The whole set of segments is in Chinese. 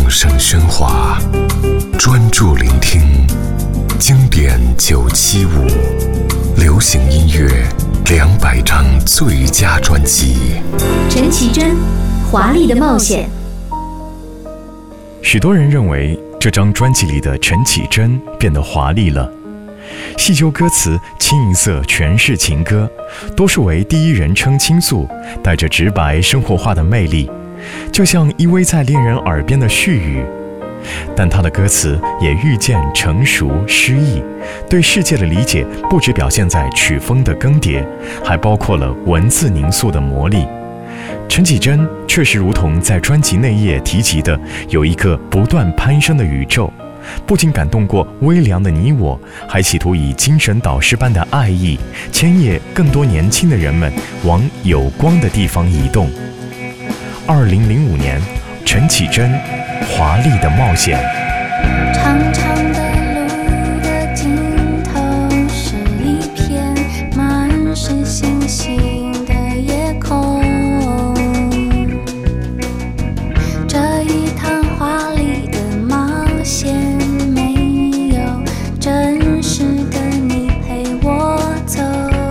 声喧哗，专注聆听经典975，流行音乐200张最佳专辑。 陈绮贞，华丽的冒险。 许多人认为这张专辑里的陈绮贞变得华丽了，细究歌词，清一色全是情歌，多数为第一人称倾诉，带着直白生活化的魅力，就像依偎在恋人耳边的絮语。但他的歌词也愈见成熟诗意，对世界的理解不只表现在曲风的更迭，还包括了文字凝塑的魔力。陈绮贞确实如同在专辑内页提及的，有一个不断攀升的宇宙，不仅感动过微凉的你我，还企图以精神导师般的爱意，牵引更多年轻的人们往有光的地方移动。2005年，陈绮贞，华丽的冒险。 长长的路的尽头是一片满是星星的夜空，这一趟华丽的冒险没有真实的你陪我走，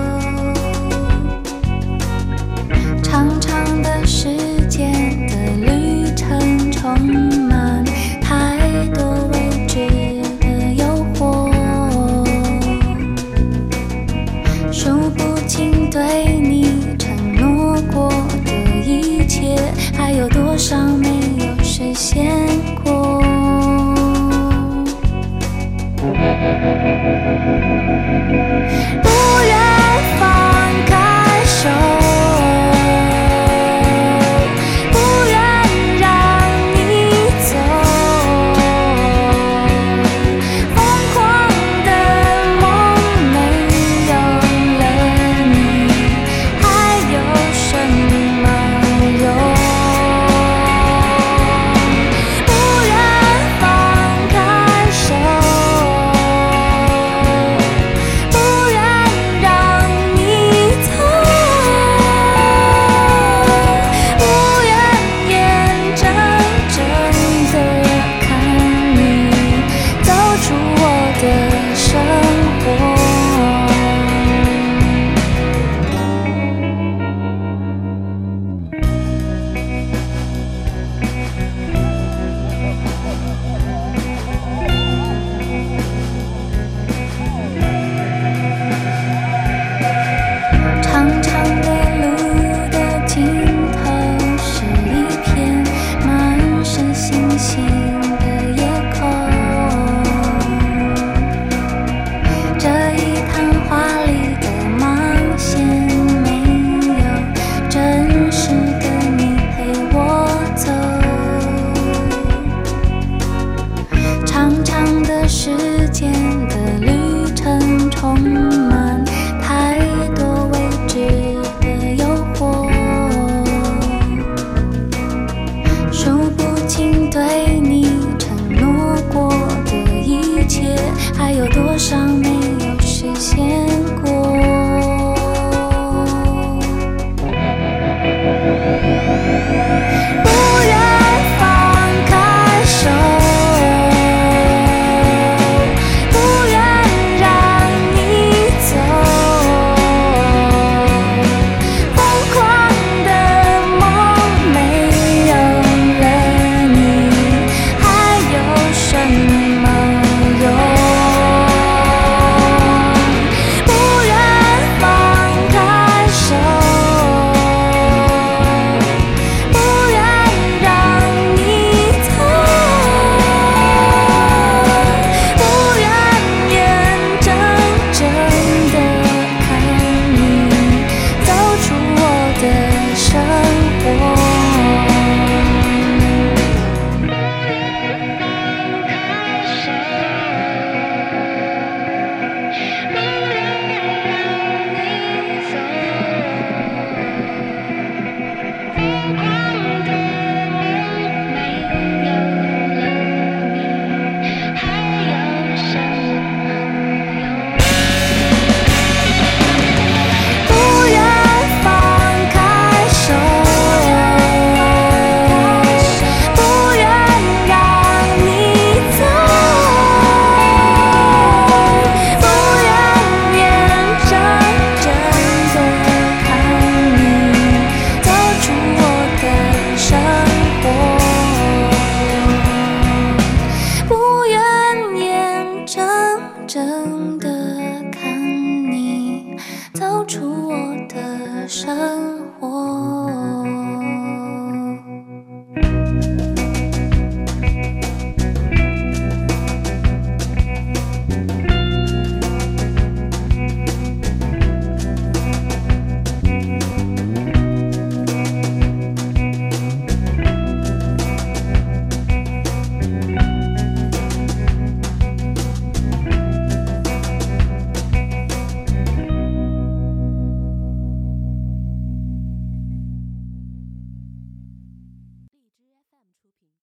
长长的时间的旅程充满太多未知的诱惑，数不清对你承诺过的一切，还有多少没有实现。